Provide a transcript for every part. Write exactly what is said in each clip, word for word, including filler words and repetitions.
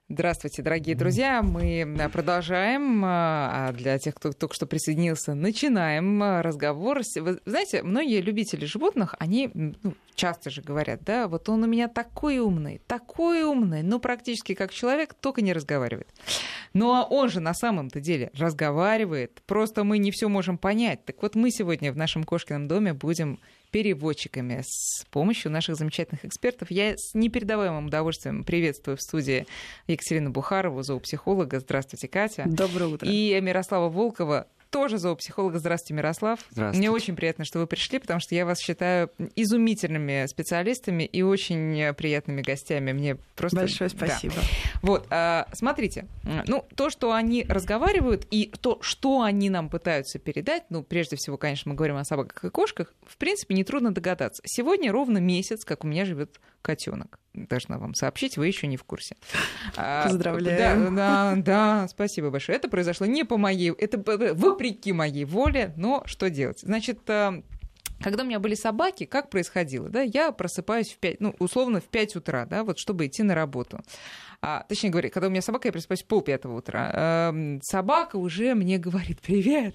Здравствуйте, дорогие друзья. Мы продолжаем. Для тех, кто только что присоединился, начинаем разговор. Вы знаете, многие любители животных, они ну, часто же говорят, да, вот он у меня такой умный, такой умный, ну, практически как человек, только не разговаривает. Но он же на самом-то деле разговаривает, просто мы не все можем понять. Так вот, мы сегодня в нашем Кошкином доме будем переводчиками с помощью наших замечательных экспертов. Я с непередаваемым удовольствием приветствую в студии Екатерину Бухарову, зоопсихолога. Здравствуйте, Катя. Доброе утро. И Мирослава Волкова, тоже зоопсихолога. Здравствуйте, Мирослав. Здравствуйте. Мне очень приятно, что вы пришли, потому что я вас считаю изумительными специалистами и очень приятными гостями. Мне просто... Большое спасибо. Да. Вот, смотрите, ну, то, что они разговаривают, и то, что они нам пытаются передать, ну, прежде всего, конечно, мы говорим о собаках и кошках, в принципе, нетрудно догадаться. Сегодня ровно месяц, как у меня живет котенок. Должна вам сообщить, вы еще не в курсе. Поздравляю. Да, да, да, спасибо большое. Это произошло не по моей, это вопреки моей воле, но что делать? Значит, когда у меня были собаки, как происходило? Да? Я просыпаюсь в пять, ну, условно, в пять утра, да, вот, чтобы идти на работу. А, точнее говоря, когда у меня собака, я просыпаюсь в полпятого утра. А, собака уже мне говорит: привет,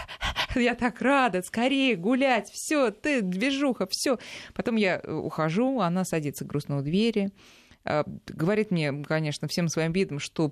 я так рада, скорее гулять, все, ты движуха, все. Потом я ухожу, она садится грустно у двери, а, говорит мне, конечно, всем своим видом, что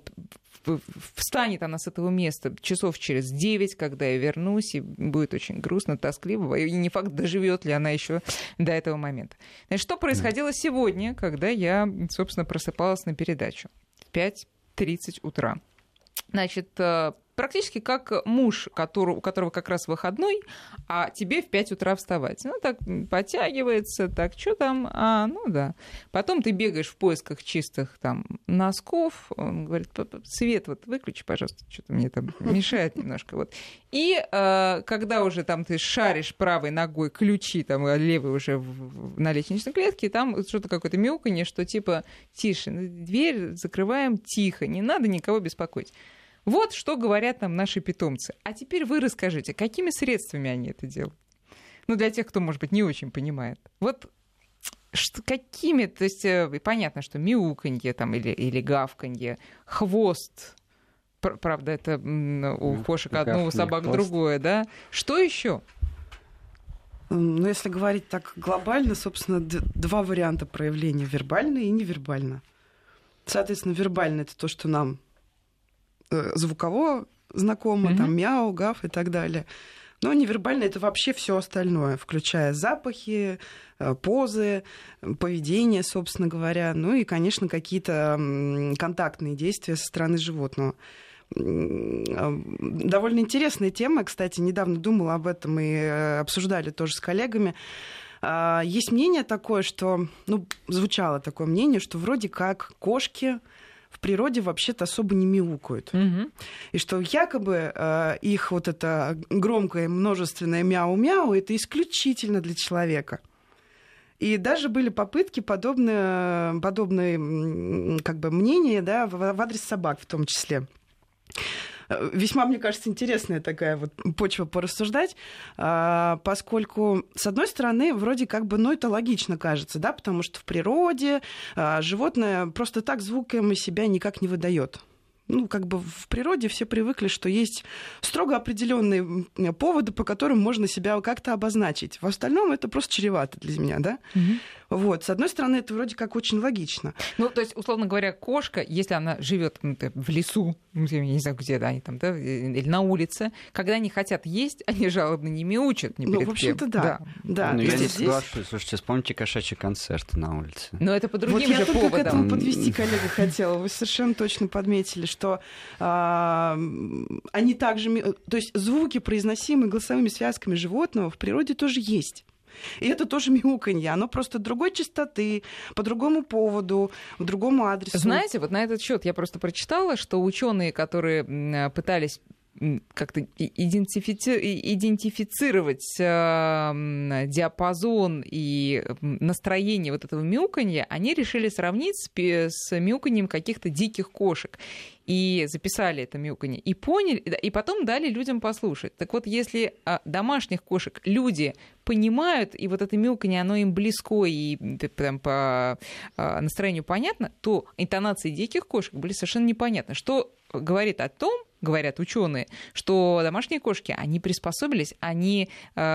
встанет она с этого места часов через девять, когда я вернусь, и будет очень грустно, тоскливо, и не факт, доживет ли она еще до этого момента. Значит, что происходило сегодня, когда я, собственно, просыпалась на передачу в пять тридцать утра? Значит, практически как муж, который, у которого как раз выходной, а тебе в пять утра вставать. Ну, так подтягивается, так, что там? А, ну да. Потом ты бегаешь в поисках чистых там носков. Он говорит: свет вот выключи, пожалуйста, что-то мне там мешает немножко. Вот. И э, когда уже там ты шаришь правой ногой ключи, там, а левой уже в, в, на лестничной клетке, там что-то какое-то мяуканье, что типа тише, дверь закрываем тихо, не надо никого беспокоить. Вот что говорят нам наши питомцы. А теперь вы расскажите, какими средствами они это делают? Ну, для тех, кто, может быть, не очень понимает. Вот что, какими, то есть понятно, что мяуканье там, или, или гавканье, хвост, правда, это у кошек одно, у собак другое, да? Что еще? Ну, если говорить так глобально, собственно, два варианта проявления: вербально и невербально. Соответственно, вербально — это то, что нам звуково знакомо, mm-hmm. там мяу, гав и так далее. Но невербально — это вообще все остальное, включая запахи, позы, поведение, собственно говоря, ну и, конечно, какие-то контактные действия со стороны животного. Довольно интересная тема, кстати, недавно думала об этом и обсуждали тоже с коллегами. Есть мнение такое, что, ну, звучало такое мнение, что вроде как кошки в природе вообще-то особо не мяукают. Mm-hmm. И что якобы э, их вот это громкое множественное мяу-мяу — это исключительно для человека. И даже были попытки подобные, подобные как бы, мнения, да, в, в адрес собак в том числе. Весьма, мне кажется, интересная такая вот почва порассуждать, поскольку, с одной стороны, вроде как бы, ну, это логично кажется, да, потому что в природе животное просто так звуком из себя никак не выдает. Ну, как бы в природе все привыкли, что есть строго определенные поводы, по которым можно себя как-то обозначить. В остальном это просто чревато для меня, да? Mm-hmm. Вот. С одной стороны, это вроде как очень логично. Ну, то есть, условно говоря, кошка, если она живет в лесу, я не знаю, где, да, они там, да, или на улице, когда они хотят есть, они жалобно не мяучат ни перед кем. Ну, в общем-то, да. да. да. Ну, я не здесь... соглашусь. Слушайте, вспомните кошачий концерт на улице. Но это по другим вот же поводам. Вот я только к этому подвести, коллега, хотела. Вы совершенно точно подметили, что а, они также... То есть звуки, произносимые голосовыми связками животного, в природе тоже есть. И это тоже мяуканье. Оно просто другой частоты, по другому поводу, по другому адресу. Знаете, вот на этот счет я просто прочитала, что ученые, которые пытались как-то идентифици... идентифицировать э, диапазон и настроение вот этого мяуканья, они решили сравнить с, с мяуканьем каких-то диких кошек. И записали это мяуканье, и поняли, и потом дали людям послушать. Так вот, если домашних кошек люди понимают, и вот это мяуканье, оно им близко и прям по настроению понятно, то интонации диких кошек были совершенно непонятны. Что говорит о том, говорят ученые, что домашние кошки, они приспособились, они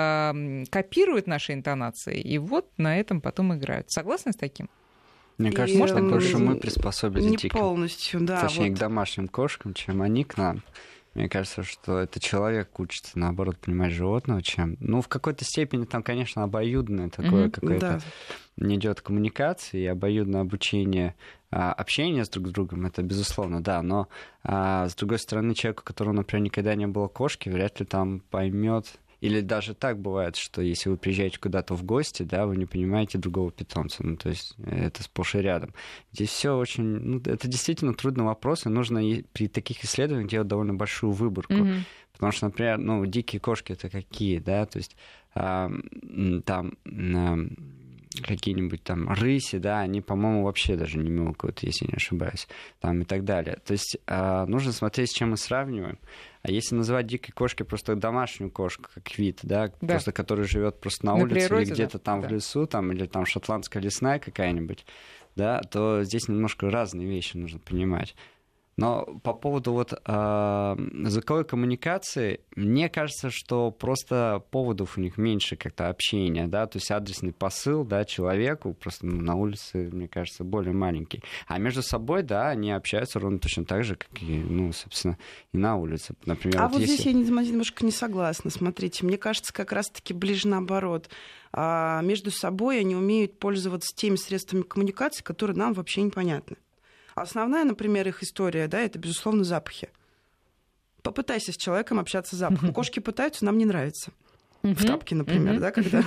э, копируют наши интонации, и вот на этом потом играют. Согласны с таким? Мне кажется, и, что больше мы приспособились не к, полностью, да, точнее, вот. к домашним кошкам, чем они к нам. Мне кажется, что это человек учится, наоборот, понимать животного, чем... Ну, в какой-то степени там, конечно, обоюдное такое mm-hmm. какое-то... Да. Идет коммуникация и обоюдное обучение, а, общение с друг с другом, это безусловно, да, но а, с другой стороны, человеку, у которого, например, никогда не было кошки, вряд ли там поймет. Или даже так бывает, что если вы приезжаете куда-то в гости, да, вы не понимаете другого питомца. Ну, то есть это сплошь и рядом. Здесь все очень... Ну, это действительно трудный вопрос, и нужно при таких исследованиях делать довольно большую выборку. Mm-hmm. Потому что, например, ну, дикие кошки — это какие, да? То есть а, там... А, какие-нибудь там рыси, да, они, по-моему, вообще даже не мяукают, если не ошибаюсь, там и так далее. То есть э, нужно смотреть, с чем мы сравниваем. А если называть дикой кошкой просто домашнюю кошку, как вид, да, да. просто которая живет просто на, на улице природе, или где-то да? там да. в лесу, там, или там шотландская лесная какая-нибудь, да, то здесь немножко разные вещи нужно понимать. Но по поводу вот э, языковой коммуникации, мне кажется, что просто поводов у них меньше как-то общения, да, то есть адресный посыл, да, человеку просто ну, на улице, мне кажется, более маленький. А между собой, да, они общаются ровно точно так же, как и, ну, собственно, и на улице. Например, а вот вот если... здесь я немножко не согласна. Смотрите, мне кажется, как раз-таки ближе наоборот. А между собой они умеют пользоваться теми средствами коммуникации, которые нам вообще непонятны. Основная, например, их история, да, это, безусловно, запахи. Попытайся с человеком общаться с запахом. Кошки пытаются, нам не нравится. В тапке, например, да, когда...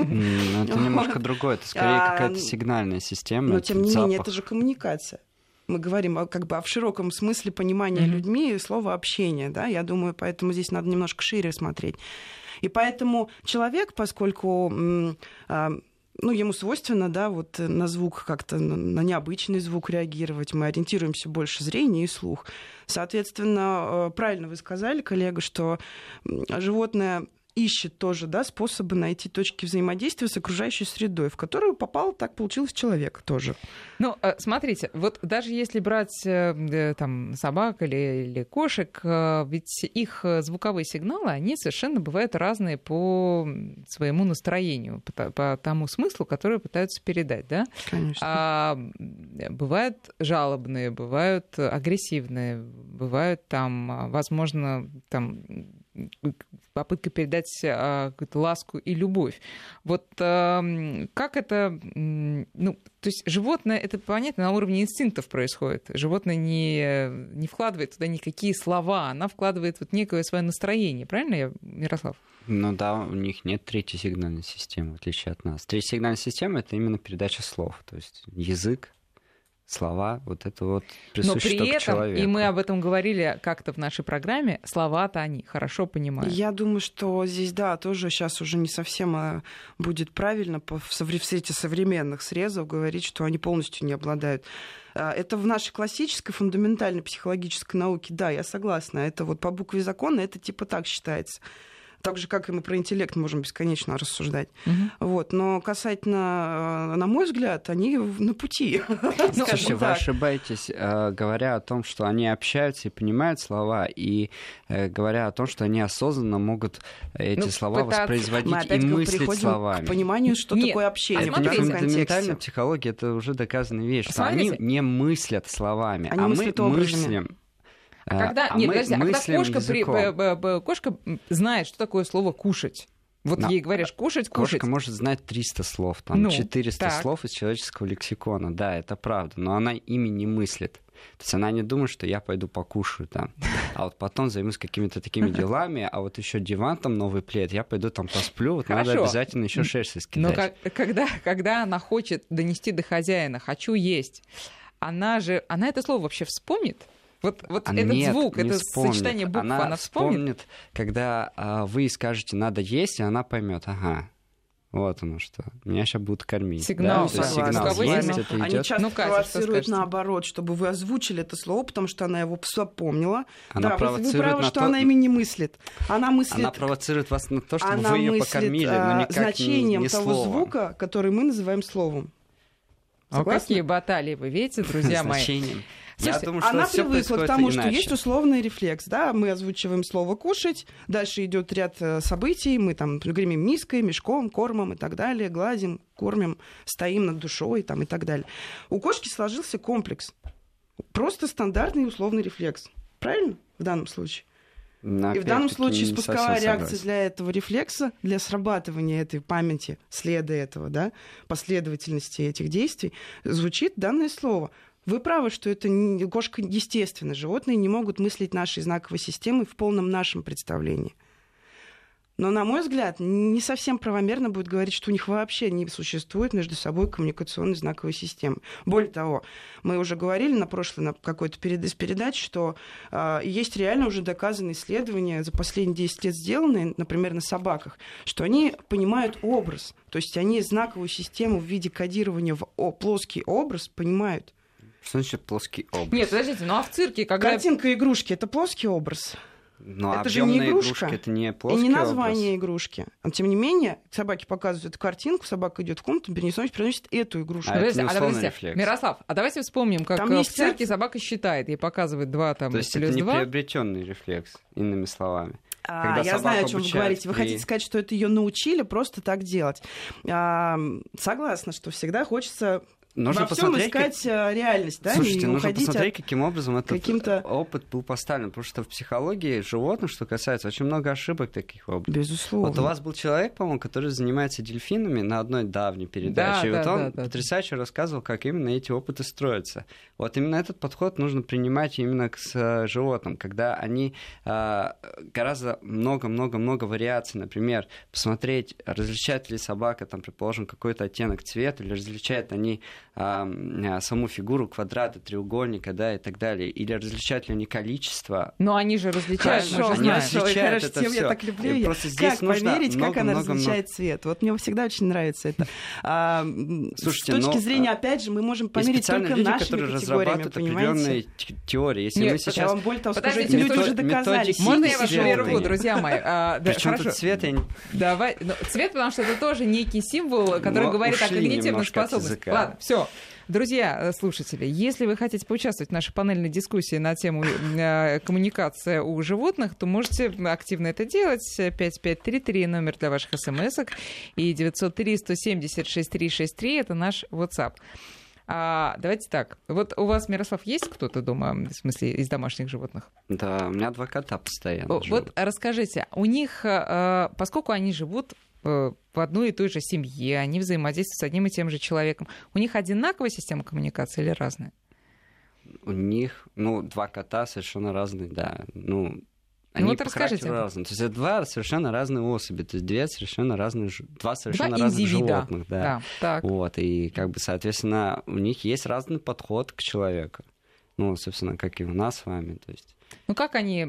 Это немножко другое, это скорее какая-то сигнальная система. Но, тем не менее, это же коммуникация. Мы говорим как бы в широком смысле понимания людьми слова общения, да, я думаю, поэтому здесь надо немножко шире смотреть. И поэтому человек, поскольку... Ну, ему свойственно, да, вот на звук как-то, на необычный звук реагировать. Мы ориентируемся больше зрение и слух. Соответственно, правильно вы сказали, коллега, что животное ищет тоже, да, способы найти точки взаимодействия с окружающей средой, в которую попал, так получилось, человек тоже. Ну, смотрите, вот даже если брать там собак или, или кошек, ведь их звуковые сигналы, они совершенно бывают разные по своему настроению, по, по тому смыслу, который пытаются передать, да? Конечно. А, бывают жалобные, бывают агрессивные, бывают там, возможно, там попытка передать а, ласку и любовь. Вот а, как это... Ну, то есть животное, это понятно, на уровне инстинктов происходит. Животное не, не вкладывает туда никакие слова, она вкладывает вот некое свое настроение. Правильно я, Мирослав? Ну да, у них нет третьей сигнальной системы, в отличие от нас. Третья сигнальная система — это именно передача слов. То есть язык, слова, вот это вот присуще только человеку. Но при этом, человеку. И мы об этом говорили как-то в нашей программе, слова-то они хорошо понимают. Я думаю, что здесь, да, тоже сейчас уже не совсем будет правильно в свете современных срезов говорить, что они полностью не обладают. Это в нашей классической, фундаментальной психологической науке, да, я согласна. Это вот по букве закона, это типа так считается. Так же, как и мы про интеллект можем бесконечно рассуждать. Угу. Вот. Но касательно, на мой взгляд, они на пути. Слушайте, вы ошибаетесь, говоря о том, что они общаются и понимают слова, и говоря о том, что они осознанно могут эти ну, слова пытаться... воспроизводить и мыслить словами. К пониманию, что Нет. такое общение. А это не фундаментальная психология, это уже доказанная вещь, что они не мыслят словами, они а мыслят мы образами. мыслим. А когда, а нет, мы, подожди, а когда кошка, при, кошка знает, что такое слово «кушать», вот Но ей говоришь «кушать, кушать». Кошка может знать триста слов, там, ну, четыреста так. слов из человеческого лексикона, да, это правда, но она ими не мыслит. То есть она не думает, что я пойду покушаю там, а вот потом займусь какими-то такими делами, а вот еще диван там, новый плед, я пойду там посплю, вот Хорошо. Надо обязательно еще шерсть скидать. Но как, когда, когда она хочет донести до хозяина «хочу есть», она же, она это слово вообще вспомнит? Вот, вот а этот нет, звук, это вспомнит. сочетание букв, она, она вспомнит? вспомнит, когда а, вы скажете «надо есть», и она поймет, ага. Вот оно что. Меня сейчас будут кормить. Сигнал. Да? Сигнал есть, это идет. Они часто ну, провоцируют наоборот, чтобы вы озвучили это слово, потому что она его запомнила. Она да, провоцирует вы правы, на что то... она ими не мыслит. Она мыслит... Она провоцирует вас на то, чтобы она вы ее мыслит, покормили, но никак значением не, не того словом. звука, который мы называем словом. А какие баталии вы видите, друзья мои? Значением. Слушайте, Я думаю, что она всё привыкла к тому, иначе. что есть условный рефлекс. Да? Мы озвучиваем слово «кушать», дальше идет ряд событий, мы там гремим миской, мешком, кормом и так далее, гладим, кормим, стоим над душой там, и так далее. У кошки сложился комплекс. Просто стандартный условный рефлекс. Правильно? В данном случае. Но и в данном опять-таки случае не спусковая совсем реакция согласен. для этого рефлекса, для срабатывания этой памяти, следа этого, да, последовательности этих действий, звучит данное слово. Вы правы, что это не, кошка естественное. Животные не могут мыслить нашей знаковой системой в полном нашем представлении. Но, на мой взгляд, не совсем правомерно будет говорить, что у них вообще не существует между собой коммуникационной знаковой системы. Более того, мы уже говорили на прошлой, на какой-то перед, передаче, что э, есть реально уже доказанные исследования, за последние десять лет сделанные, например, на собаках, что они понимают образ. То есть они знаковую систему в виде кодирования в о, плоский образ понимают. Что значит плоский образ? Нет, подождите, ну а в цирке, когда... Картинка игрушки — это плоский образ. Но это же не игрушка. игрушки, это не плоский и не название образ. игрушки. Но, тем не менее, собаке показывают эту картинку, собака идет в комнату, приносит, приносит эту игрушку. А это не а условный давайте, рефлекс. Мирослав, а давайте вспомним, как Там в есть цирке цифры. собака считает, ей показывает два там То есть плюс это не два. приобретенный рефлекс, иными словами. А, Когда я знаю, о собаку чем вы обучают говорите. Вы при- хотите сказать, что это ее научили просто так делать. А, согласна, что всегда хочется Нужно во всем посмотреть, искать как... а, реальность, да, Слушайте, и нужно уходить посмотреть, от... каким образом этот каким-то- опыт был поставлен. Потому что в психологии животных, что касается, очень много ошибок таких в области. Безусловно. Вот у вас был человек, по-моему, который занимается дельфинами на одной давней передаче. Да, и да, вот да, он да. потрясающе рассказывал, как именно эти опыты строятся. Вот именно этот подход нужно принимать именно к с, э, животным, когда они э, гораздо много-много-много вариаций. Например, посмотреть, различает ли собака, там, предположим, какой-то оттенок цвета, или различают они э, саму фигуру квадрата, треугольника, да, и так далее. Или различают ли они количество. Но они же различают, мы Хорошо, же они знаем. хорошо, различают хорошо, это тем я всё. так люблю И её. просто здесь Как нужно поверить, как она много-много-много. различает цвет? Вот мне всегда очень нравится это. А, м, Слушайте, с точки но, зрения, а, опять же, мы можем Есть померить специальные только люди, нашими которые категориями, разрабатывают понимаете? определенные те- теории. Если Нет, мы подождите, Я сейчас... вам более того скажу, Подождите, эти люди метод- уже доказали. методики Можно я есть вас цветные. прерву, друзья мои? А, да, Причем хорошо. тут цвет, я не- Давай, ну, цвет, потому что это тоже некий символ, который Но говорит о ушли когнитивных немножко от способностях. языка. Ладно, все. Друзья, э, слушатели, если вы хотите поучаствовать в нашей панельной дискуссии на тему э, коммуникация у животных, то можете активно это делать. пять пять три три номер для ваших смс-ок и девятьсот три сто семьдесят шесть триста шестьдесят три это наш WhatsApp. А, давайте так. Вот у вас, Мирослав, есть кто-то дома, в смысле, из домашних животных? Да, у меня два кота постоянно О, живут. Вот расскажите, у них, э, поскольку они живут э, в одной и той же семье, они взаимодействуют с одним и тем же человеком, у них одинаковая система коммуникации или разная? У них, ну, два кота совершенно разные, да. Ну, они вот по расскажите. характеру разные. То есть это два совершенно разные особи, то есть две совершенно разные, жи- два совершенно Два разных индивида. животных, да. Да, так. Вот, и как бы, соответственно, у них есть разный подход к человеку. Ну, собственно, как и у нас с вами, то есть... Ну как они э,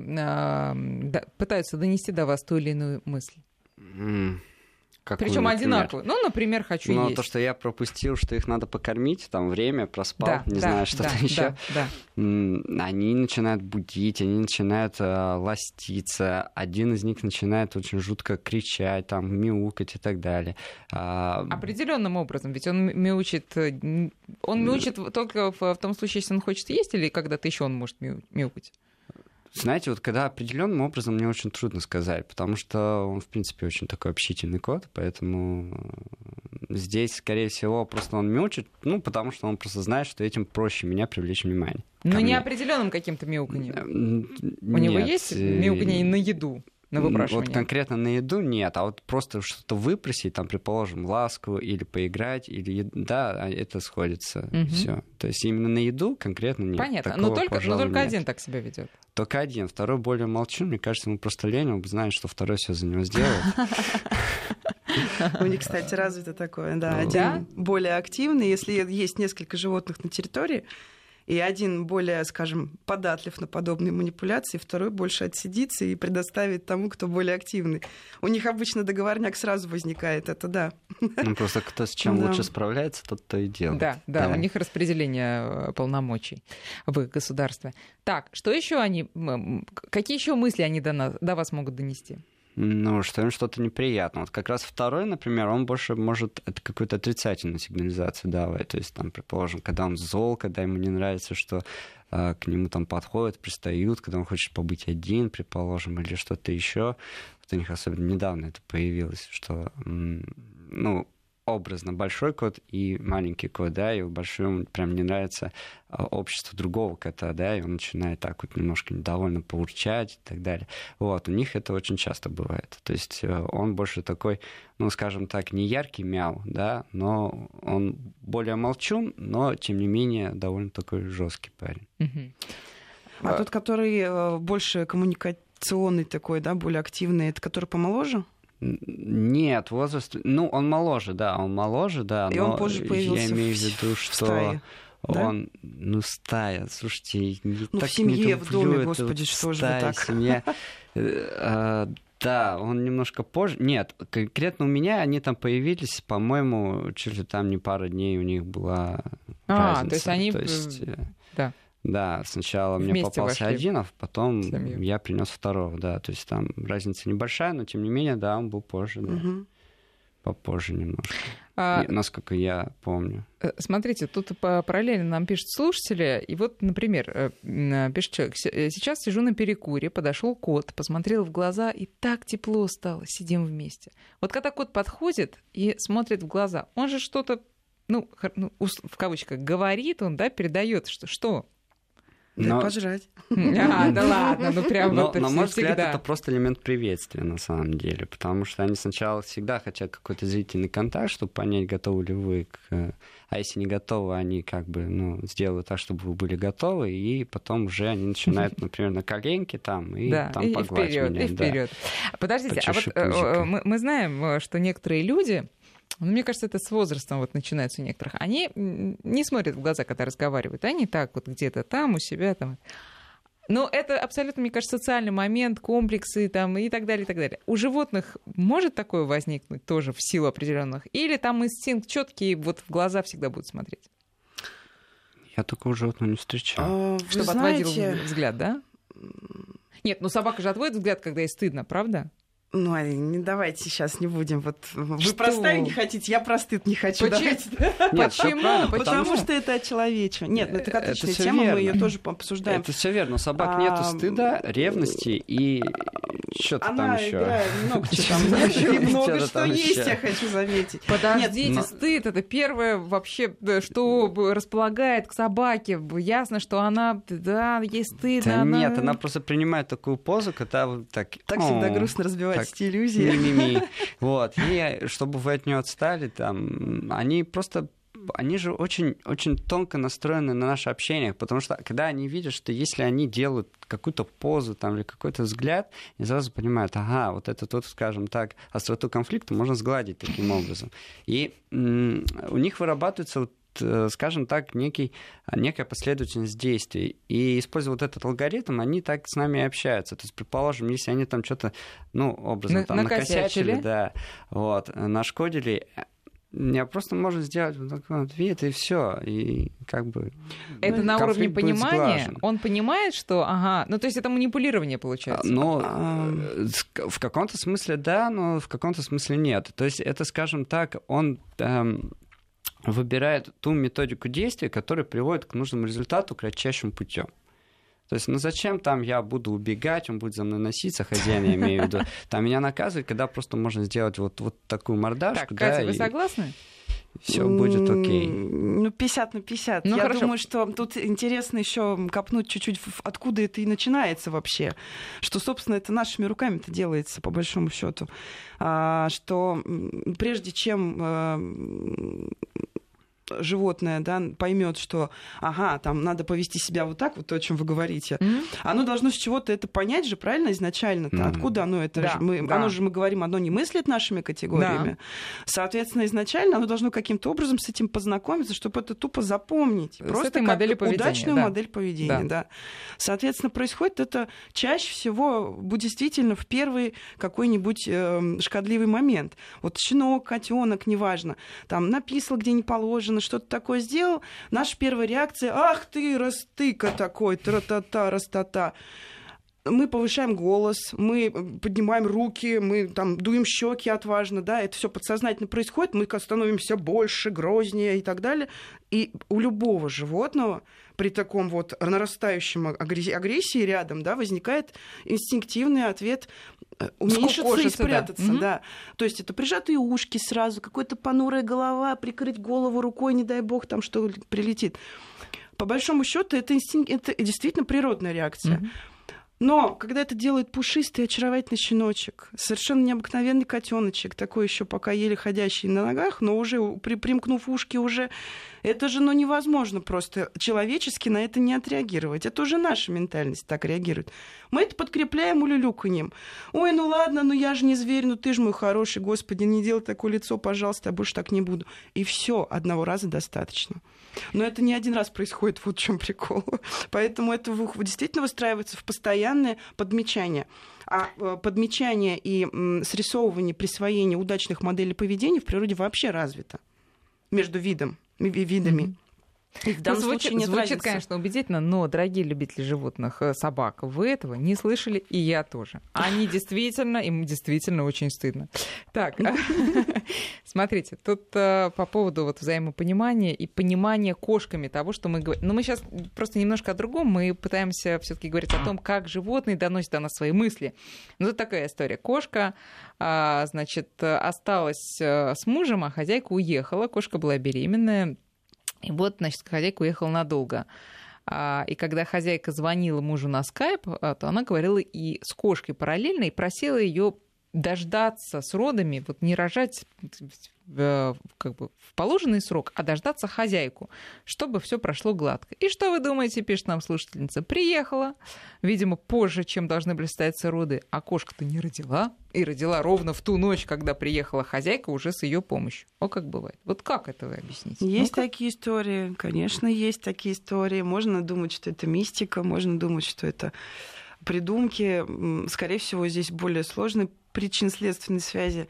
да, пытаются донести до вас ту или иную мысль? м, какую, Причем например? одинаковую. Ну, например, хочу Ну, есть. то, что я пропустил, что их надо покормить, там, время, проспал, Да, не да, знаю, что-то да, еще. да, да. М, Они начинают будить, они начинают э, ластиться. Один из них начинает очень жутко кричать, там, мяукать и так далее. А, Определенным образом, ведь он мяучит, э, н- он мяучит только в, в том случае, если он хочет есть, или когда-то еще он может мяу- мяукать? Знаете, вот когда определенным образом, мне очень трудно сказать, потому что он, в принципе, очень такой общительный кот, поэтому э, здесь, скорее всего, просто он мяучит, ну, потому что он просто знает, что этим проще меня привлечь внимание. Но ко не мне. определенным каким-то мяуканьем. М, У него нет, есть э, мяуканье на еду, на выпрашивание? Вот конкретно на еду нет, а вот просто что-то выпросить, там, предположим, ласку или поиграть, или ед- да, это сходится. Мгм. Все. То есть именно на еду конкретно нет. Понятно, Такого, но только, но пожалуй, только нет. один так себя ведет. Только один, второй более молчун. Мне кажется, ему просто лень, он знает, что второй все за него сделает. У них, кстати, развито такое, да. Ну. Один Да? более активный. Если есть несколько животных на территории, И один более, скажем, податлив на подобные манипуляции, второй больше отсидится и предоставит тому, кто более активный. У них обычно договорняк сразу возникает, это да. Ну, просто кто с чем да. лучше справляется, тот то и делает. Да, да, да, у них распределение полномочий в их государстве. Так, что еще они, какие еще мысли они до, нас, до вас могут донести? Ну, что им что-то неприятно. Вот как раз второй, например, он больше может это какую-то отрицательную сигнализацию давать. То есть, там, предположим, когда он зол, когда ему не нравится, что э, к нему там подходят, пристают, когда он хочет побыть один, предположим, или что-то еще. Вот у них особенно недавно это появилось, что, ну, образно большой кот и маленький кот, да, и большому прям не нравится общество другого кота, да, и он начинает так вот немножко недовольно поурчать и так далее. Вот, у них это очень часто бывает. То есть он больше такой, ну, скажем так, не яркий мяу, да, но он более молчун, но, тем не менее, довольно такой жесткий парень. А, а тот, который больше коммуникационный такой, да, более активный, это который помоложе? Нет, возраст... Ну, он моложе, да, он моложе, да, и но он позже появился я имею в виду, в что стае, он... Да? Ну, стая, слушайте, не ну, так в семье, не в доме, это господи, вот что же вы стая, так? Семья. Да, он немножко позже... Нет, конкретно у меня они там появились, по-моему, чуть ли там не пара дней у них была а, разница. то есть они... То есть... Да. Да, сначала Вместе мне попался вошли один, а потом семью. Я принес второго, да. То есть там разница небольшая, но тем не менее, да, он был позже, да. Угу. Попозже немножко, а... насколько я помню. Смотрите, тут параллельно нам пишут слушатели, и вот, например, пишет человек: сейчас сижу на перекуре, подошел кот, посмотрел в глаза, и так тепло стало, сидим вместе. Вот когда кот подходит и смотрит в глаза, он же что-то, ну, в кавычках, говорит, он, да, передает, что что? Да, но... пожрать. А, да ладно, ну прям но, вот на мой взгляд, всегда. Это просто элемент приветствия, на самом деле, потому что они сначала всегда хотят какой-то зрительный контакт, чтобы понять, готовы ли вы к... А если не готовы, они как бы, ну, сделают так, чтобы вы были готовы, и потом уже они начинают, например, на коленке там, и да, там и погладь вперед, меня. И вперед. Да. Подождите, Почеши а вот пузико. мы, мы знаем, что некоторые люди... Ну, мне кажется, это с возрастом вот начинается у некоторых. Они не смотрят в глаза, когда разговаривают. Они так вот где-то там, у себя там. Но это абсолютно, мне кажется, социальный момент, комплексы там, и так далее, и так далее. У животных может такое возникнуть тоже в силу определенных? Или там инстинкт четкий, вот в глаза всегда будут смотреть? Я такого животного не встречал. А, Чтобы знаете... отводил взгляд, да? Нет, ну собака же отводит взгляд, когда ей стыдно, правда? Ну, не давайте сейчас не будем. Вот вы что? про стаю не хотите, я про стыд не хочу. Почему? Нет, Почему? Потому Почему? что это человече. Нет, ну, это отличная это тема, верно. мы ее тоже обсуждаем. Это все верно. У собак а... нету стыда, ревности и что-то Она там еще. Играет много чего там. И много что есть, я хочу заметить. Подождите, Нет, но... стыд — это первое вообще, что располагает к собаке. Ясно, что она, да, ей стыдно. Да она... нет, она просто принимает такую позу, когда вот так... Так всегда грустно разбивать эти иллюзии. Ми-ми-ми. Вот. И чтобы вы от нее отстали, там, они просто... Они же очень, очень тонко настроены на наше общение, потому что когда они видят, что если они делают какую-то позу там, или какой-то взгляд, они сразу понимают, ага, вот это тут, скажем так, остроту конфликта можно сгладить таким образом. И м- у них вырабатывается вот, скажем так, некий, некая последовательность действий. И используя вот этот алгоритм, они так с нами и общаются. То есть, предположим, если они там что-то, ну, образно, На- там, накосячили, да, вот, нашкодили, я просто можно сделать вот такой вот вид, и все. И как бы... Это ну, на уровне понимания? сглажен. Он понимает, что... Ага, ну то есть это манипулирование получается? Ну, А... в каком-то смысле да, но в каком-то смысле нет. То есть это, скажем так, он... Эм, выбирает ту методику действия, которая приводит к нужному результату кратчайшим путем. То есть, ну зачем там я буду убегать, он будет за мной носиться, хозяин, я имею в виду. Там меня наказывают, когда просто можно сделать вот, вот такую мордашку. Так, Катя, да, вы и... согласны? Все будет окей. Ну, пятьдесят на пятьдесят. Ну, Я хорошо. думаю, что тут интересно еще копнуть чуть-чуть, откуда это и начинается вообще. Что, собственно, это нашими руками-то делается, по большому счету. А, что прежде чем животное, да, поймет, что, ага, там надо повести себя вот так, вот то, о чем вы говорите, mm-hmm. оно должно с чего-то это понять же, правильно, изначально-то? Mm-hmm. Откуда оно это? Да, мы, да. Оно же, мы говорим, оно не мыслит нашими категориями. Да. Соответственно, изначально оно должно каким-то образом с этим познакомиться, чтобы это тупо запомнить. С Просто как удачную да. модель поведения. Да. Да. Соответственно, происходит это чаще всего действительно в первый какой-нибудь э, шкодливый момент. Вот щенок, котенок, неважно, там написал, где не положено, что-то такое сделал, наша первая реакция: ах ты, растыка такой, тра-та-та, растата. Мы повышаем голос, мы поднимаем руки, мы там дуем щеки отважно, да, это все подсознательно происходит, мы становимся больше, грознее и так далее. И у любого животного при таком вот нарастающем агрессии рядом, да, возникает инстинктивный ответ уменьшиться и спрятаться, да. да. То есть это прижатые ушки сразу, какая-то понурая голова, прикрыть голову рукой, не дай бог, там что прилетит. По большому счету это, инстинкт, это действительно природная реакция. Mm-hmm. Но когда это делает пушистый, очаровательный щеночек, совершенно необыкновенный котеночек, такой еще пока еле ходящий на ногах, но уже при, примкнув ушки, уже это же ну, невозможно просто человечески на это не отреагировать. Это уже наша ментальность так реагирует. Мы это подкрепляем улюлюканьем. Ой, ну ладно, ну я же не зверь, ну ты же мой хороший, господи, не делай такое лицо, пожалуйста, я больше так не буду. И все, одного раза достаточно. Но это не один раз происходит, вот в чем прикол. Поэтому это действительно выстраивается в постоянное подмечание. А подмечание и срисовывание, присвоение удачных моделей поведения в природе вообще развито между видом, видами. Mm-hmm. И в данном ну, звучит, случае нет звучит, разницы. Конечно, убедительно, но, дорогие любители животных, собак, вы этого не слышали, и я тоже. Они действительно, им действительно очень стыдно. Так, смотрите, тут по поводу вот взаимопонимания и понимания кошками того, что мы говорим. Но мы сейчас просто немножко о другом. Мы пытаемся все-таки говорить о том, как животные доносят до нас свои мысли. Ну, тут такая история. Кошка, значит, осталась с мужем, а хозяйка уехала. Кошка была беременная. И вот, значит, хозяйка уехала надолго. И когда хозяйка звонила мужу на скайп, то она говорила и с кошкой параллельно, и просила ее дождаться с родами, вот не рожать как бы в положенный срок, а дождаться хозяйку, чтобы все прошло гладко. И что вы думаете, пишет нам слушательница? Приехала, видимо, позже, чем должны были состояться роды, а кошка-то не родила, и родила ровно в ту ночь, когда приехала хозяйка, уже с ее помощью. О, как бывает. Вот как это вы объясните? Есть Ну-ка. такие истории, конечно, есть такие истории. Можно думать, что это мистика, можно думать, что это придумки. Скорее всего, здесь более сложные причинно-следственной связи.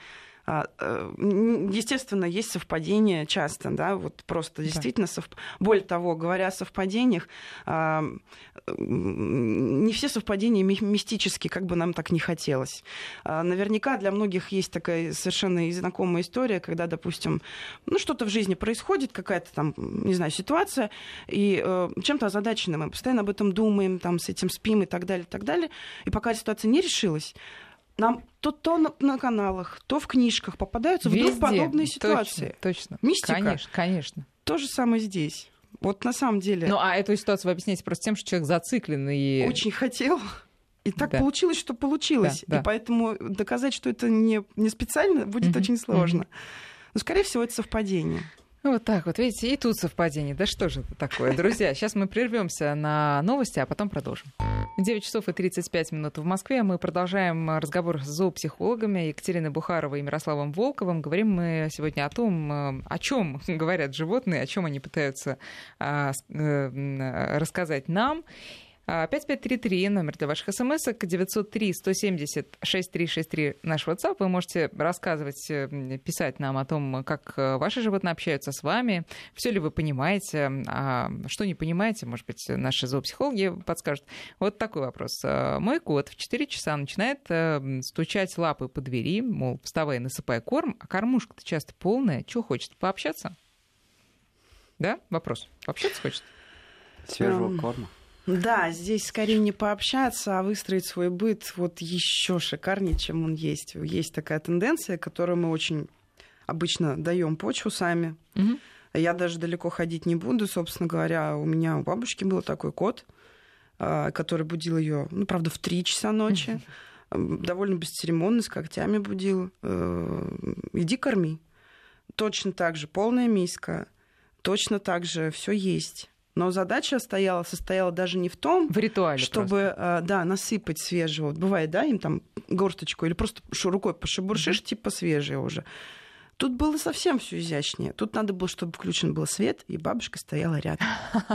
Естественно, есть совпадения часто, да, вот просто действительно да. совп... Более того, говоря о совпадениях, не все совпадения мистические, как бы нам так не хотелось. Наверняка для многих есть такая совершенно знакомая история, когда, допустим, ну, что-то в жизни происходит, какая-то там, не знаю, ситуация, и чем-то озадачены, мы постоянно об этом думаем, там, с этим спим и так далее, и так далее, и пока ситуация не решилась, нам то, то на, на каналах, то в книжках попадаются вдруг Везде. подобные ситуации. Точно, точно. Мистика. Конечно, конечно. То же самое здесь. Вот на самом деле... Ну, а эту ситуацию вы объясняете просто тем, что человек зациклен и... Очень хотел. И так да. получилось, что получилось. Да, и да. поэтому доказать, что это не, не специально, будет mm-hmm. очень сложно. Но, скорее всего, это совпадение. Вот так вот, видите, и тут совпадение. Да что же это такое? Друзья, сейчас мы прервемся на новости, а потом продолжим. девять часов и тридцать пять минут в Москве. Мы продолжаем разговор с зоопсихологами Екатериной Бухаровой и Мирославом Волковым. Говорим мы сегодня о том, о чем говорят животные, о чем они пытаются рассказать нам. пять пять три три, номер для ваших смс-ок, девятьсот три сто семьдесят шесть триста шестьдесят три наш WhatsApp. Вы можете рассказывать, писать нам о том, как ваши животные общаются с вами, все ли вы понимаете, а что не понимаете, может быть, наши зоопсихологи подскажут. Вот такой вопрос. Мой кот в четыре часа начинает стучать лапы по двери, мол, вставай, насыпай корм, а кормушка-то часто полная. Чего хочет? Пообщаться? Да? Вопрос. Пообщаться хочет? Свежего корма. Да, здесь скорее не пообщаться, а выстроить свой быт вот еще шикарнее, чем он есть. Есть такая тенденция, которую мы очень обычно даем почву сами. Угу. Я даже далеко ходить не буду. Собственно говоря, у меня у бабушки был такой кот, который будил ее, ну, правда, в три часа ночи. Угу. Довольно бесцеремонно, с когтями будил. Иди корми. Точно так же полная миска. точно так же все есть. Но задача стояла, состояла даже не в том, в ритуале чтобы да, насыпать свежего. Вот бывает, да, им там горсточку или просто рукой пошебуршишь, mm-hmm. типа свежее уже. Тут было совсем все изящнее. Тут надо было, чтобы включен был свет, и бабушка стояла рядом.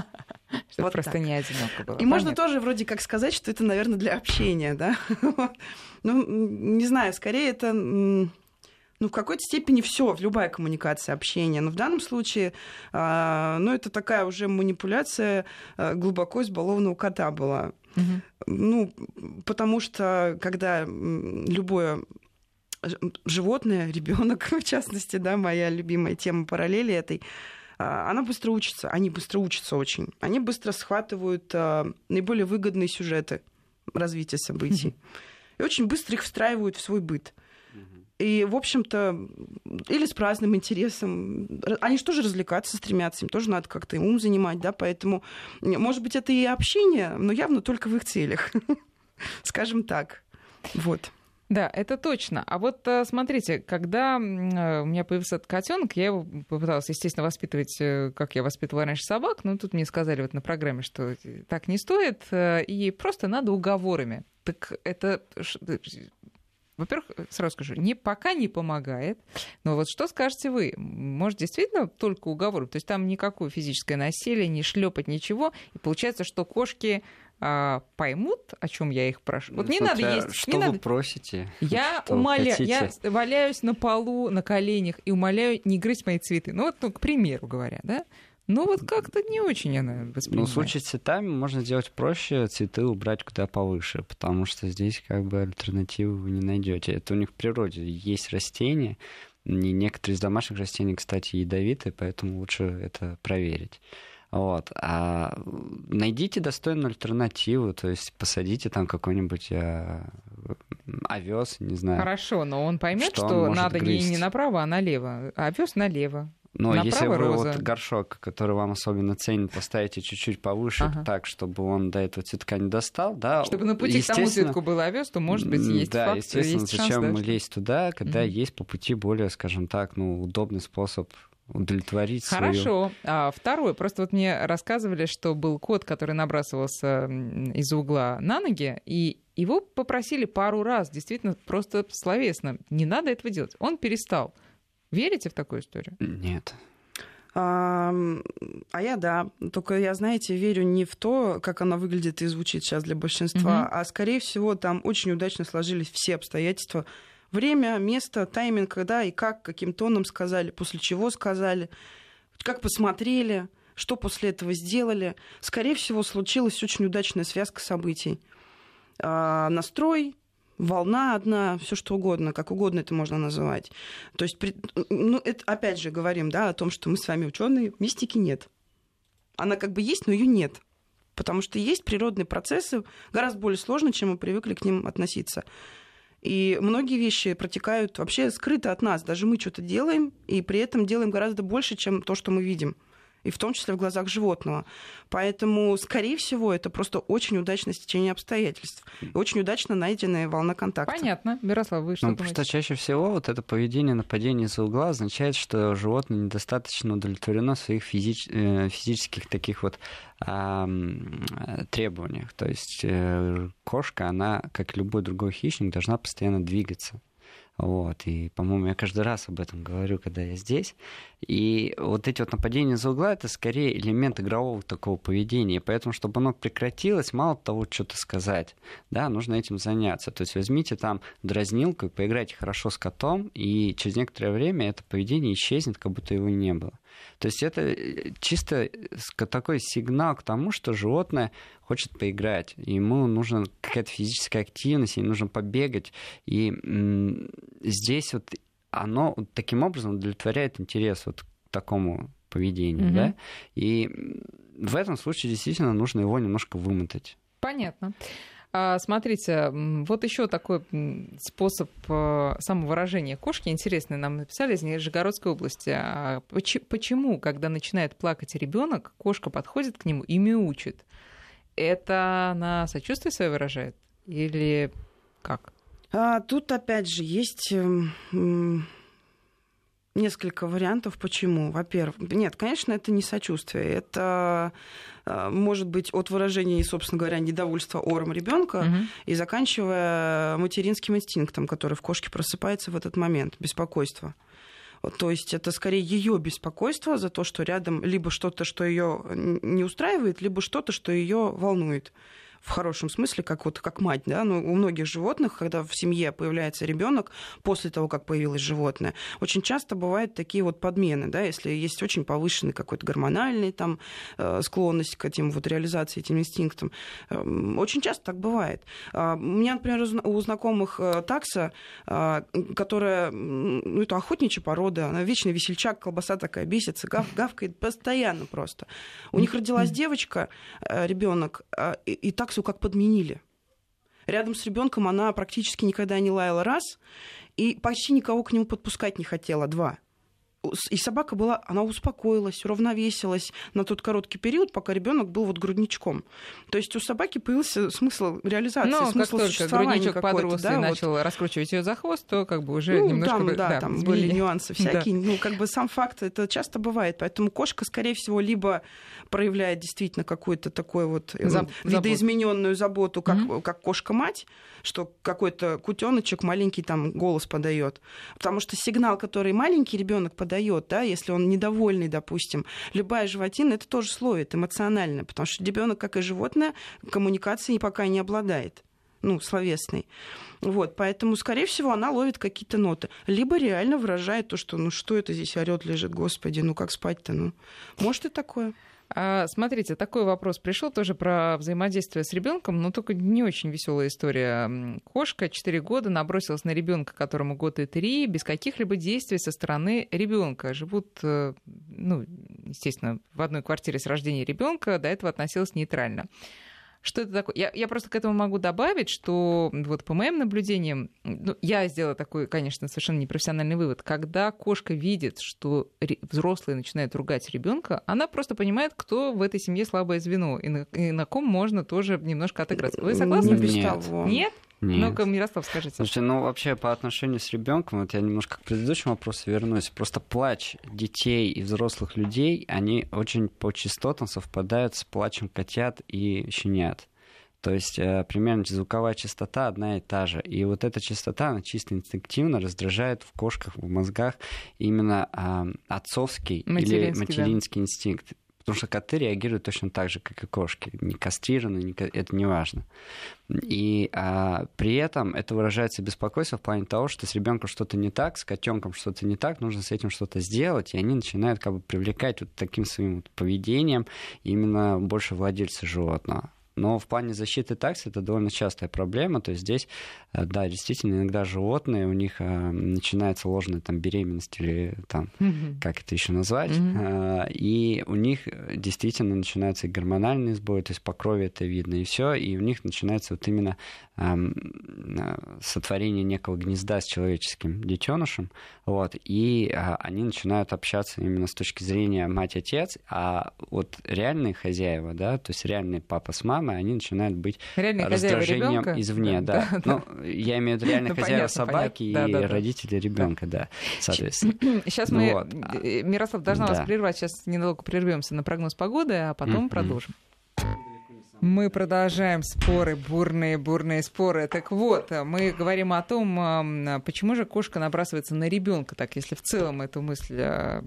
Вот просто не одиноко было. И можно тоже вроде как сказать, что это, наверное, для общения, да? Ну, не знаю, скорее это... Ну, в какой-то степени все, любая коммуникация, общение. Но в данном случае, э, ну, это такая уже манипуляция э, глубоко избалованного кота была. Угу. Ну, потому что, когда любое животное, ребенок, в частности, да, моя любимая тема параллели этой, э, она быстро учится, они быстро учатся очень. Они быстро схватывают э, наиболее выгодные сюжеты развития событий. Угу. И очень быстро их встраивают в свой быт. И, в общем-то, или с праздным интересом. Они же тоже развлекаться стремятся, им тоже надо как-то ум занимать, да, поэтому, может быть, это и общение, но явно только в их целях, скажем так. Вот. Да, это точно. А вот смотрите, когда у меня появился этот котенок, я его попыталась, естественно, воспитывать, как я воспитывала раньше собак, но тут мне сказали вот на программе, что так не стоит, и просто надо уговорами. Так это... Во-первых, сразу скажу, не, пока не помогает. Но вот что скажете вы? Может, действительно только уговор? То есть там никакое физическое насилие, не шлепать, ничего. И получается, что кошки а, поймут, о чем я их прошу. Вот не Смотря, надо есть. Что не вы надо... просите? Я что умоляю, я валяюсь на полу, на коленях и умоляю не грызть мои цветы. Ну вот, ну, к примеру говоря, да? Ну вот как-то не очень она воспринимает. Ну, в случае с цветами можно сделать проще, цветы убрать куда повыше, потому что здесь как бы альтернативы вы не найдете. Это у них в природе есть растения, и некоторые из домашних растений, кстати, ядовитые, поэтому лучше это проверить. Вот. А найдите достойную альтернативу, то есть посадите там какой-нибудь а, овес, не знаю. Хорошо, но он поймет, что, что он надо не, не направо, а налево. А овес налево. Но направо если вы роза. вот горшок, который вам особенно ценен, поставите чуть-чуть повыше, ага. так, чтобы он до этого цветка не достал, да. Чтобы на пути к тому цветку был овес, то, может быть, есть да, факт, естественно, есть зачем шанс, да, лезть что... туда, когда mm-hmm. есть по пути более, скажем так, ну, удобный способ удовлетворить свою... Хорошо. А второе. Просто вот мне рассказывали, что был кот, который набрасывался из-за угла на ноги, и его попросили пару раз, действительно, просто словесно, не надо этого делать. Он перестал. Верите в такую историю? Нет. А, а я, да. Только я, знаете, верю не в то, как она выглядит и звучит сейчас для большинства, угу. а, скорее всего, там очень удачно сложились все обстоятельства. Время, место, тайминг, когда и как, каким тоном сказали, после чего сказали, как посмотрели, что после этого сделали. Скорее всего, случилась очень удачная связка событий. А, настрой, волна одна, все что угодно, как угодно это можно называть. То есть, ну, это, опять же, говорим, да, о том, что мы с вами ученые, мистики нет. Она как бы есть, но ее нет. Потому что есть природные процессы, гораздо более сложные, чем мы привыкли к ним относиться. И многие вещи протекают вообще скрыто от нас. Даже мы что-то делаем, и при этом делаем гораздо больше, чем то, что мы видим. И в том числе в глазах животного. Поэтому, скорее всего, это просто очень удачное стечение обстоятельств. И очень удачно найденная волна контакта. Понятно. Мирослав, вы что ну, думаете? Потому что чаще всего вот это поведение, нападение из-за угла означает, что животное недостаточно удовлетворено в своих физич... физических таких вот а, требованиях. То есть кошка, она, как и любой другой хищник, должна постоянно двигаться. Вот, и, по-моему, я каждый раз об этом говорю, когда я здесь. И вот эти вот нападения из-за угла — это скорее элемент игрового такого поведения. Поэтому, чтобы оно прекратилось, мало того, что-то сказать, да, нужно этим заняться. То есть возьмите там дразнилку и поиграйте хорошо с котом, и через некоторое время это поведение исчезнет, как будто его не было. То есть это чисто такой сигнал к тому, что животное хочет поиграть, ему нужна какая-то физическая активность, ему нужно побегать, и м- здесь вот оно вот таким образом удовлетворяет интерес вот к такому поведению, mm-hmm. да, и в этом случае действительно нужно его немножко вымотать. Понятно. Смотрите, вот еще такой способ самовыражения кошки интересный нам написали из Нижегородской области. Почему, когда начинает плакать ребенок, кошка подходит к нему и мяучит? Это она сочувствие свое выражает? Или как? А, тут, опять же, есть... Ну, Несколько вариантов, почему. Во-первых, нет, конечно, это не сочувствие, это может быть от выражения, собственно говоря, недовольства ором ребенка угу. и заканчивая материнским инстинктом, который в кошке просыпается в этот момент, беспокойство. То есть это скорее ее беспокойство за то, что рядом либо что-то, что ее не устраивает, либо что-то, что ее волнует. В хорошем смысле, как, вот, как мать. Да? Но у многих животных, когда в семье появляется ребенок после того, как появилось животное, очень часто бывают такие вот подмены. Да? Если есть очень повышенный какой-то гормональный там, склонность к этим вот, реализации этим инстинктам. Очень часто так бывает. У меня, например, у знакомых такса, которая, ну, это охотничья порода, она вечный весельчак, колбаса такая, бесится, гав, гавкает постоянно просто. У них родилась девочка, ребенок, и, и таксу как подменили. Рядом с ребенком она практически никогда не лаяла, раз, и почти никого к нему подпускать не хотела, два. И собака была, она успокоилась, уравновесилась на тот короткий период, пока ребенок был вот грудничком. То есть у собаки появился смысл реализации, но смысл как существования. Грудничок подрос да, и вот. начал раскручивать ее за хвост, то как бы уже ну, немножко... Там, да, да, там были были нюансы всякие. Да. Ну, как бы сам факт, это часто бывает. Поэтому кошка, скорее всего, либо проявляет действительно какую-то такую вот Заб- видоизмененную заботу, как, mm-hmm. как кошка-мать, что какой-то кутеночек маленький там голос подает. Потому что сигнал, который маленький ребенок подает, да, если он недовольный, допустим, любая животина это тоже словит эмоционально, потому что ребенок, как и животное, коммуникацией пока не обладает, ну, словесной. Вот, поэтому, скорее всего, она ловит какие-то ноты. Либо реально выражает то, что, ну, что это здесь орёт, лежит, господи, ну, как спать-то, ну. Может и такое. А, смотрите, такой вопрос пришел тоже про взаимодействие с ребенком, но только не очень веселая история. Кошка четыре года набросилась на ребенка, которому год и три, без каких-либо действий со стороны ребенка. Живут, ну, естественно, в одной квартире с рождения ребенка, до этого относилась нейтрально. Что это такое? Я, я просто к этому могу добавить, что вот по моим наблюдениям, ну, я сделала такой, конечно, совершенно непрофессиональный вывод. Когда кошка видит, что взрослые начинают ругать ребенка, она просто понимает, кто в этой семье слабое звено, и на, и на ком можно тоже немножко отыграться. Вы согласны? Не без Нет. того. Нет? Нет. Ну-ка, Мирослав, скажите. Слушайте, ну вообще по отношению с ребенком, вот я немножко к предыдущему вопросу вернусь. Просто плач детей и взрослых людей, они очень по частотам совпадают с плачем котят и щенят. То есть э, примерно звуковая частота одна и та же. И вот эта частота, она чисто инстинктивно раздражает в кошках, в мозгах именно э, отцовский материнский, или материнский да. инстинкт. Потому что коты реагируют точно так же, как и кошки. Не кастрированы, не, это не важно. И а, при этом это выражается беспокойство в плане того, что с ребенком что-то не так, с котенком что-то не так, нужно с этим что-то сделать, и они начинают как бы привлекать вот таким своим вот поведением именно больше владельца животного. Но в плане защиты такс это довольно частая проблема. То есть здесь, да, действительно, иногда животные, у них а, начинается ложная там, беременность или там, mm-hmm. как это еще назвать, mm-hmm. а, и у них действительно начинаются и гормональные сбои, то есть по крови это видно, и все, и у них начинается вот именно а, сотворение некого гнезда с человеческим детенышем, вот, и а, они начинают общаться именно с точки зрения мать-отец, а вот реальные хозяева, да, то есть реальный папа с мамой, они начинают быть реальные раздражением извне. Да, да. Да. Ну, я имею в виду реальные ну, хозяева понятно, собаки понятно. и да, да, родители ребенка, да. да, соответственно. Сейчас мы, вот. Мирослав, должна да. вас прервать, сейчас ненадолго прервемся на прогноз погоды, а потом mm-hmm. продолжим. Мы продолжаем споры, бурные, бурные споры. Так вот, мы говорим о том, почему же кошка набрасывается на ребенка, так если в целом эту мысль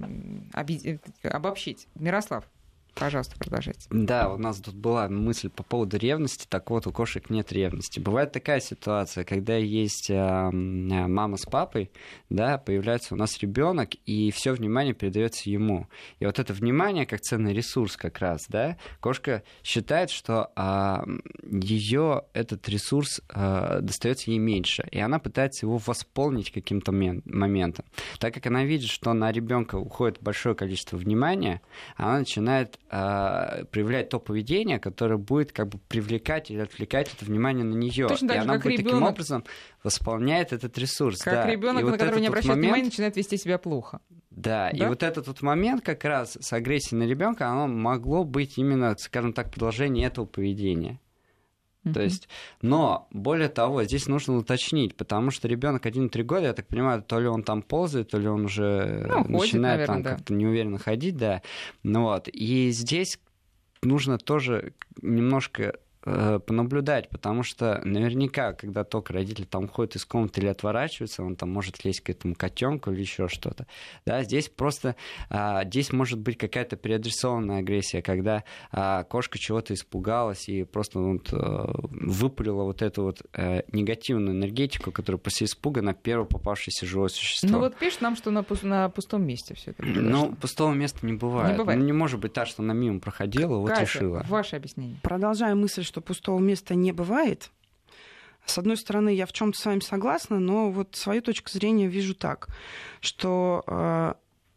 обобщить. Мирослав. Пожалуйста, продолжайте. Да, у нас тут была мысль по поводу ревности. Так вот, у кошек нет ревности. Бывает такая ситуация, когда есть э, мама с папой, да, появляется у нас ребенок, и все внимание передается ему. И вот это внимание, как ценный ресурс как раз, да, кошка считает, что э, ее этот ресурс э, достается ей меньше, и она пытается его восполнить каким-то моментом. Так как она видит, что на ребенка уходит большое количество внимания, она начинает проявлять то поведение, которое будет как бы привлекать или отвлекать это внимание на нее. Точно так и же, она как будет ребенок, таким образом восполняет этот ресурс. Как да. ребенок, и на вот которого не обращают момент... внимания, начинает вести себя плохо. Да, да, и вот этот вот момент как раз с агрессией на ребенка, оно могло быть именно, скажем так, продолжение этого поведения. Uh-huh. То есть, но более того, здесь нужно уточнить, потому что ребенок один-три года, я так понимаю, то ли он там ползает, то ли он уже ну, начинает ходит, наверное, там да. как-то неуверенно ходить, да. Ну, вот. И здесь нужно тоже немножко понаблюдать, потому что наверняка, когда только родители там ходят из комнаты или отворачиваются, он там может лезть к этому котенку или еще что-то. Да, здесь просто а, здесь может быть какая-то переадресованная агрессия, когда а, кошка чего-то испугалась и просто вот, а, выпалила вот эту вот а, негативную энергетику, которая после испуга на первое попавшееся живое существо. Ну вот пишет нам, что на, пу- на пустом месте все это. Ну, пустого места не бывает. Не бывает. Ну, не может быть так, что она мимо проходила, вот Катя, решила. Ваше объяснение. Продолжая мысль, что пустого места не бывает. С одной стороны, я в чем-то с вами согласна, но вот свою точку зрения вижу так, что э,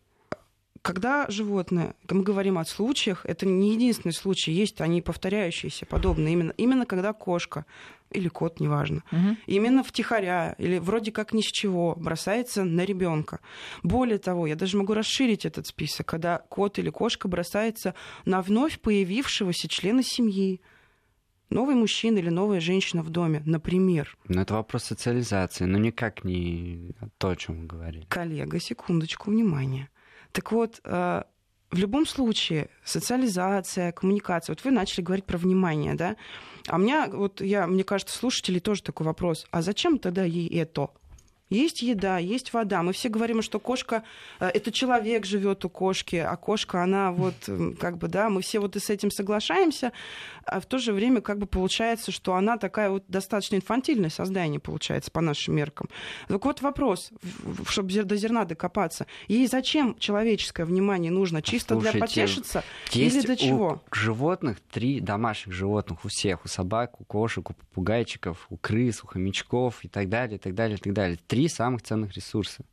когда животное, мы говорим о случаях, это не единственный случай, есть они повторяющиеся, подобные, именно, именно когда кошка или кот, неважно, угу. именно втихаря или вроде как ни с чего бросается на ребенка. Более того, я даже могу расширить этот список, когда кот или кошка бросается на вновь появившегося члена семьи, новый мужчина или новая женщина в доме, например. Но это вопрос социализации, но никак не то, о чем мы говорили. Коллега, секундочку, внимание. Так вот, в любом случае, социализация, коммуникация. Вот вы начали говорить про внимание, да? А у меня, вот я, мне кажется, слушателей тоже такой вопрос. А зачем тогда ей это? Есть еда, есть вода. Мы все говорим, что кошка — это человек живет у кошки, а кошка, она вот как бы, да, мы все вот и с этим соглашаемся, а в то же время как бы получается, что она такая вот достаточно инфантильное создание получается по нашим меркам. Так вот вопрос, чтобы до зерна докопаться. Ей зачем человеческое внимание нужно? Чисто Слушайте, для потешиться или для чего? У животных три домашних животных у всех. У собак, у кошек, у попугайчиков, у крыс, у хомячков и так далее, и так далее, и так далее. Три самых ценных ресурса,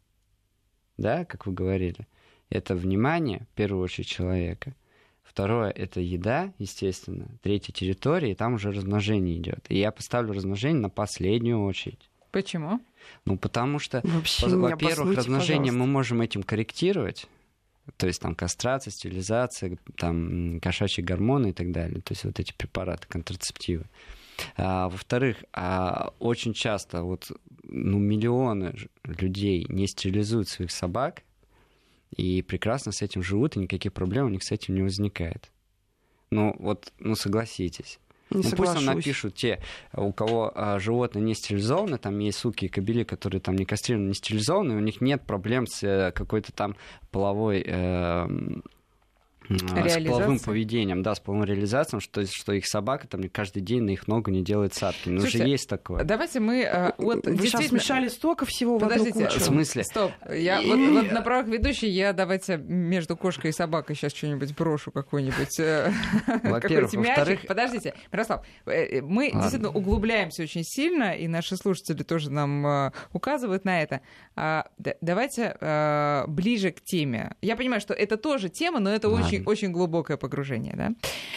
да, как вы говорили. Это внимание, в первую очередь, человека. Второе — это еда, естественно. Третье — территория, и там уже размножение идет. И я поставлю размножение на последнюю очередь. Почему? Ну, потому что, Вообще, во-первых, размножение мы можем этим корректировать. То есть там кастрация, стерилизация, там кошачьи гормоны и так далее. То есть вот эти препараты, контрацептивы. А, во-вторых, а, очень часто вот, ну, миллионы людей не стерилизуют своих собак и прекрасно с этим живут, и никаких проблем у них с этим не возникает. Ну, вот, ну, согласитесь. Не ну, пусть нам напишут те, у кого а, животные не стерилизованы, там есть суки и кобели, которые там не кастрированы, не стерилизованы, у них нет проблем с э, какой-то там половой... Э, с половым поведением, да, с половой реализацией, что, что их собака там каждый день на их ногу не делает садки. Ну, уже есть такое. Давайте мы... Вот, Вы действительно... сейчас смешали столько всего Подождите, в одну кучу. В смысле? Стоп. Я, вот, вот на правах ведущей я давайте между кошкой и собакой сейчас что-нибудь брошу, какой-нибудь Во-первых. мячик. Подождите, Мирослав, мы Ладно. действительно углубляемся очень сильно, и наши слушатели тоже нам указывают на это. Давайте ближе к теме. Я понимаю, что это тоже тема, но это Ладно. очень очень глубокое погружение, да.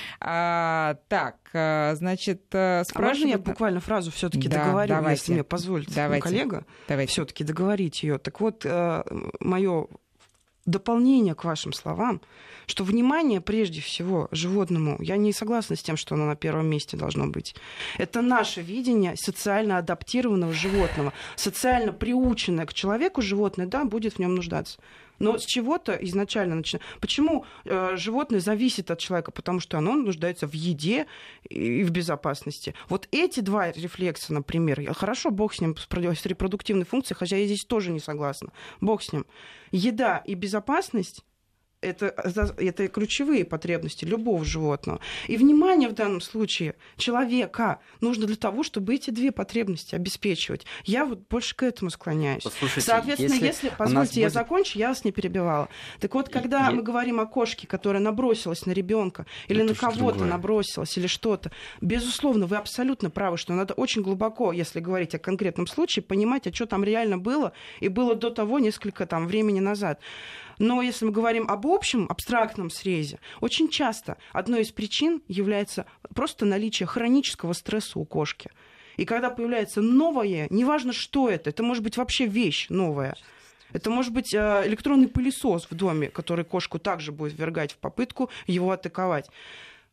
А, так, значит, спрашивают... А можно я буквально фразу все-таки да, договорю, давайте. Если мне позволите, давайте. коллега, все-таки договорить ее. Так вот, мое дополнение к вашим словам, что внимание прежде всего животному, я не согласна с тем, что оно на первом месте должно быть. Это наше видение социально адаптированного животного, социально приученное к человеку животное, да, будет в нем нуждаться. Но с чего-то изначально начинается. Почему э, животное зависит от человека? Потому что оно нуждается в еде и в безопасности. Вот эти два рефлекса, например, хорошо, бог с ним, с репродуктивной функцией, хотя я здесь тоже не согласна. Бог с ним. Еда и безопасность Это, это ключевые потребности любого животного. И внимание в данном случае человека нужно для того, чтобы эти две потребности обеспечивать. Я вот больше к этому склоняюсь. Послушайте, Соответственно, если, если позвольте, я будет... закончу, я вас не перебивала. Так вот, когда я... мы говорим о кошке, которая набросилась на ребенка или это на кого-то другое. набросилась, или что-то, безусловно, вы абсолютно правы, что надо очень глубоко, если говорить о конкретном случае, понимать, а что там реально было, и было до того несколько там, времени назад. Но если мы говорим об общем, абстрактном срезе, очень часто одной из причин является просто наличие хронического стресса у кошки. И когда появляется новое, неважно, что это, это может быть вообще вещь новая, это может быть электронный пылесос в доме, который кошку также будет ввергать в попытку его атаковать.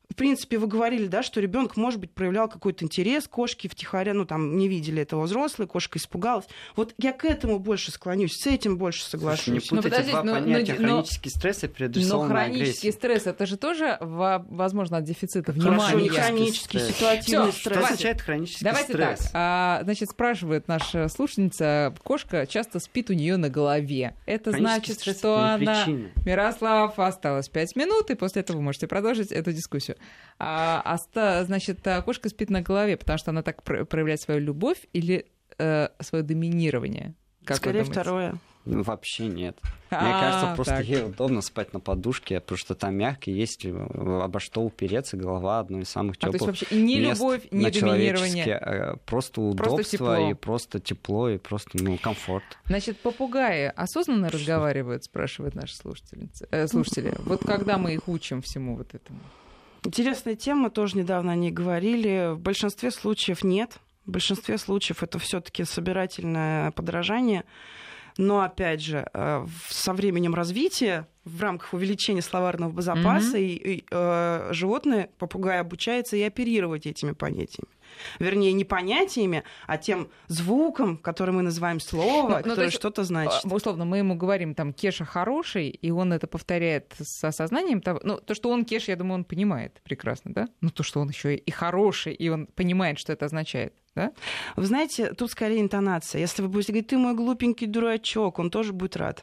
в принципе, вы говорили, да, что ребенок, может быть, проявлял какой-то интерес к кошке втихаря, ну, там, не видели этого взрослые, кошка испугалась. Вот я к этому больше склонюсь, с этим больше соглашусь. Слушай, не путайте два понятия: хронический стресс и переадресованная агрессия. Но хронический стресс, это же тоже, возможно, от дефицита внимания. Хорошо, не хронический, ситуативный стресс. Что означает хронический Давайте стресс? Так, а, значит, спрашивает наша слушательница, кошка часто спит у нее на голове. Это значит, что она... Причина. Мирослав, осталось пять минут, и после этого вы можете продолжить эту дискуссию. А, а, значит, кошка спит на голове, потому что она так проявляет свою любовь или э, свое доминирование? Как Скорее второе. Ну, вообще нет. А, Мне кажется, просто так. Ей удобно спать на подушке, потому что там мягко, есть обо что упереться, голова одно из самых теплых. А, то есть вообще и не любовь, не доминирование. Просто удобство, просто и просто тепло, и просто ну, комфорт. Значит, попугаи осознанно разговаривают, спрашивает наша слушательница. Э, слушатели. Вот когда мы их учим всему вот этому? Интересная тема, тоже недавно о ней говорили. В большинстве случаев нет. В большинстве случаев это все-таки собирательное подражание. Но, опять же, со временем развития, в рамках увеличения словарного запаса, mm-hmm. и, и, э, животное, попугай, обучается и оперировать этими понятиями. Вернее, не понятиями, а тем звуком, который мы называем слово, ну, которое ну, есть, что-то значит. Условно, мы ему говорим, там, Кеша хороший, и он это повторяет с осознанием того... Ну, то, что он Кеша, я думаю, он понимает прекрасно, да? Ну, то, что он еще и хороший, и он понимает, что это означает. Да? Вы знаете, тут скорее интонация. Если вы будете говорить, ты мой глупенький дурачок, он тоже будет рад.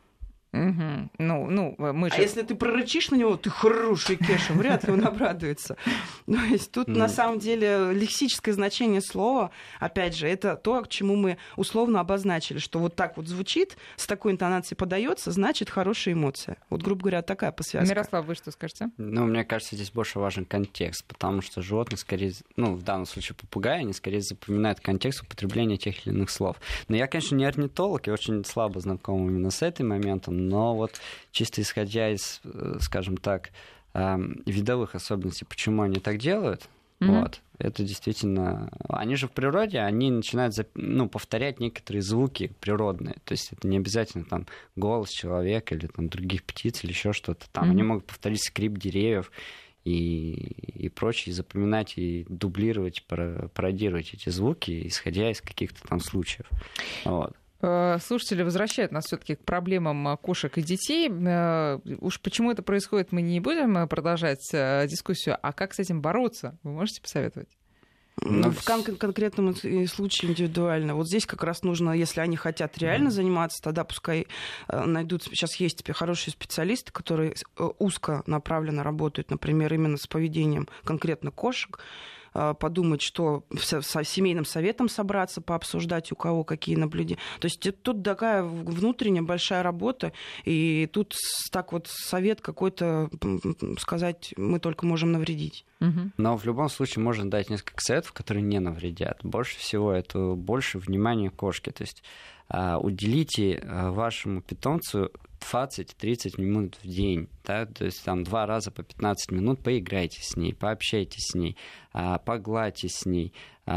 Угу. Ну, ну, мы же... А если ты прорычишь на него, ты хороший Кеша, вряд ли он обрадуется. То есть тут mm. на самом деле лексическое значение слова, опять же, это то, к чему мы условно обозначили, что вот так вот звучит, с такой интонацией подается, значит хорошая эмоция. Вот, грубо говоря, такая посвязка. Мирослав, вы что скажете? Ну, мне кажется, здесь больше важен контекст, потому что животные скорее, ну, в данном случае попугаи, они скорее запоминают контекст употребления тех или иных слов. Но я, конечно, не орнитолог, я очень слабо знаком именно с этим моментом, но вот чисто исходя из, скажем так, видовых особенностей, почему они так делают, mm-hmm. вот, это действительно... Они же в природе, они начинают ну, повторять некоторые звуки природные, то есть это не обязательно там голос человека или там, других птиц или еще что-то там. Mm-hmm. Они могут повторить скрип деревьев и, и прочее, запоминать и дублировать, пародировать эти звуки, исходя из каких-то там случаев. Вот. Слушатели возвращают нас все-таки к проблемам кошек и детей. Уж почему это происходит, мы не будем продолжать дискуссию. А как с этим бороться? Вы можете посоветовать? Ну, в кон- конкретном случае индивидуально. Вот здесь как раз нужно, если они хотят реально mm. заниматься, тогда пускай найдут... Сейчас есть хорошие специалисты, которые узко направленно работают, например, именно с поведением конкретно кошек, подумать, что со семейным советом собраться, пообсуждать, у кого какие наблюдения. То есть тут такая внутренняя большая работа, и тут так вот совет какой-то сказать мы только можем навредить. Но в любом случае можно дать несколько советов, которые не навредят. Больше всего это больше внимания кошке. То есть уделите вашему питомцу двадцать-тридцать минут в день, да? То есть там два раза по пятнадцать минут поиграйте с ней, пообщайтесь с ней, погладьте с ней,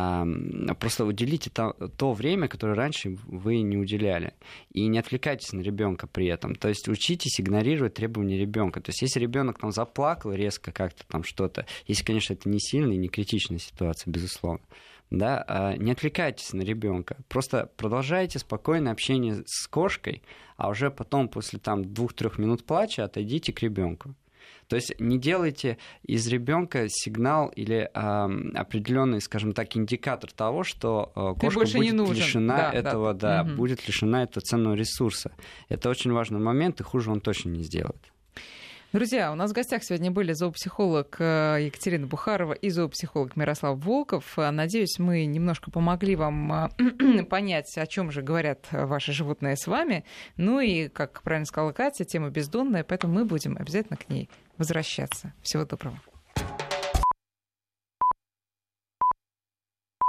просто уделите то, то время, которое раньше вы не уделяли, и не отвлекайтесь на ребенка при этом. То есть учитесь игнорировать требования ребенка. То есть если ребенок там заплакал резко как-то там что-то, если, конечно, это не сильная и не критичная ситуация, безусловно, да, не отвлекайтесь на ребенка, просто продолжайте спокойное общение с кошкой, а уже потом после там двух-трех минут плача отойдите к ребенку. То есть не делайте из ребенка сигнал или э, определенный, скажем так, индикатор того, что э, кошка будет лишена да, этого, да, да, угу. будет лишена этого ценного ресурса. Это очень важный момент, и хуже он точно не сделает. Друзья, у нас в гостях сегодня были зоопсихолог Екатерина Бухарова и зоопсихолог Мирослав Волков. Надеюсь, мы немножко помогли вам понять, о чем же говорят ваши животные с вами. Ну и, как правильно сказала Катя, тема бездонная, поэтому мы будем обязательно к ней возвращаться. Всего доброго.